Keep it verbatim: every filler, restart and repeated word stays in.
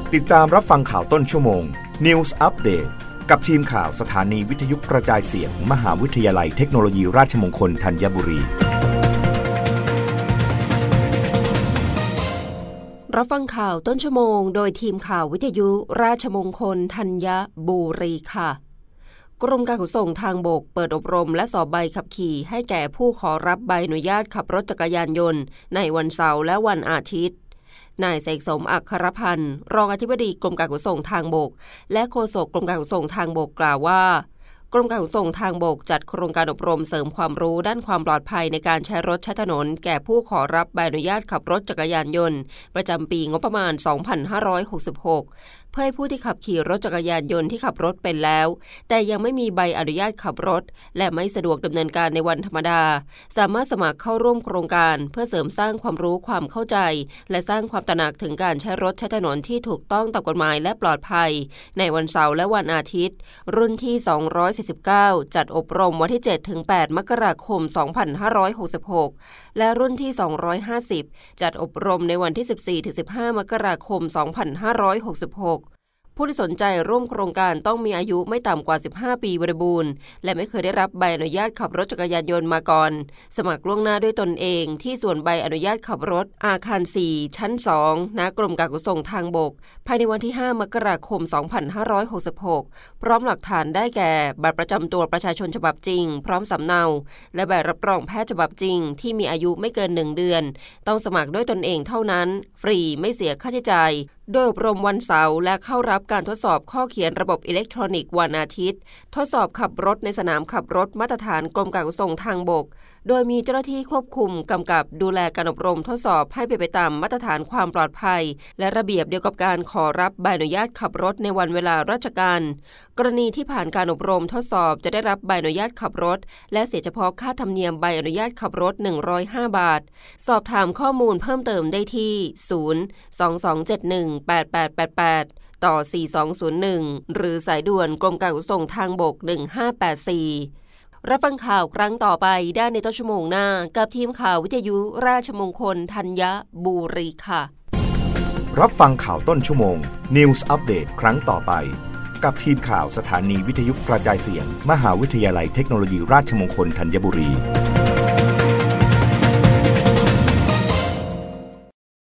ติดตามรับฟังข่าวต้นชั่วโมง News Update กับทีมข่าวสถานีวิทยุกระจายเสียง มหาวิทยาลัยเทคโนโลยีราชมงคลธัญบุรีรับฟังข่าวต้นชั่วโมงโดยทีมข่าววิทยุราชมงคลธัญบุรีค่ะกรมการขนส่งทางบกเปิดอบรมและสอบใบขับขี่ให้แก่ผู้ขอรับใบอนุญาตขับรถจักรยานยนต์ในวันเสาร์และวันอาทิตย์นายเสกสมอัครพันธ์รองอธิบดีกรมการขนส่งทางบกและโฆษกกรมการขนส่งทางบกกล่าวว่ากรมการขนส่งทางบกจัดโครงการอบรมเสริมความรู้ด้านความปลอดภัยในการใช้รถใช้ถนนแก่ผู้ขอรับใบอนุญาตขับรถจักรยานยนต์ประจำปีงบประมาณสองพันห้าร้อยหกสิบหกเพื่อให้ผู้ที่ขับขี่รถจักรยานยนต์ที่ขับรถเป็นแล้วแต่ยังไม่มีใบอนุญาตขับรถและไม่สะดวกดำเนินการในวันธรรมดาสามารถสมัครเข้าร่วมโครงการเพื่อเสริมสร้างความรู้ความเข้าใจและสร้างความตระหนักถึงการใช้รถใช้ถนนที่ถูกต้องตามกฎหมายและปลอดภัยในวันเสาร์และวันอาทิตย์รุ่นที่สองร้อยสี่สิบเก้าจัดอบรมวันที่ เจ็ดถึงแปด มกราคม สองพันห้าร้อยหกสิบหกและรุ่นที่สองร้อยห้าสิบจัดอบรมในวันที่ สิบสี่ถึงสิบห้า มกราคม สองพันห้าร้อยหกสิบหกผู้ที่สนใจร่วมโครงการต้องมีอายุไม่ต่ำกว่าสิบห้าปีบริบูรณ์และไม่เคยได้รับใบอนุญาตขับรถจักรยานยนต์มาก่อนสมัครล่วงหน้าด้วยตนเองที่ส่วนใบอนุญาตขับรถอาคารสี่ชั้นสองณกรมการขนส่งทางบกภายในวันที่ห้ามกราคม สองพันห้าร้อยหกสิบหกพร้อมหลักฐานได้แก่บัตรประจำตัวประชาชนฉบับจริงพร้อมสำเนาและใบรับรองแพทย์ฉบับจริงที่มีอายุไม่เกินหนึ่งเดือนต้องสมัครด้วยตนเองเท่านั้นฟรีไม่เสียค่าใช้จ่ายโดยอบรมวันเสาร์และเข้ารับการทดสอบข้อเขียนระบบอิเล็กทรอนิกส์วันอาทิตย์ทดสอบขับรถในสนามขับรถมาตรฐานกรมการขนส่งทางบกโดยมีเจ้าหน้าที่ควบคุมกำกับดูแลการอบรมทดสอบให้เป็นไปตามมาตรฐานความปลอดภัยและระเบียบเดียวกับการขอรับใบอนุญาตขับรถในวันเวลาราชการกรณีที่ผ่านการอบรมทดสอบจะได้รับใบอนุญาตขับรถและเสียเฉพาะค่าธรรมเนียมใบอนุญาตขับรถหนึ่งร้อยห้าบาทสอบถามข้อมูลเพิ่มเติมได้ที่ศูนย์ สอง สอง เจ็ด หนึ่ง แปด แปด แปด แปดต่อสี่สองศูนย์หนึ่งหรือสายด่วนกรมการขนส่งทางบกหนึ่งห้าแปดสี่รับฟังข่าวครั้งต่อไปได้ในต้นชั่วโมงหน้ากับทีมข่าววิทยุราชมงคลธัญบุรีค่ะรับฟังข่าวต้นชั่วโมง News Update ครั้งต่อไปกับทีมข่าวสถานีวิทยุกระจายเสียง มหาวิทยาลัยเทคโนโลยีราชมงคลธัญบุรี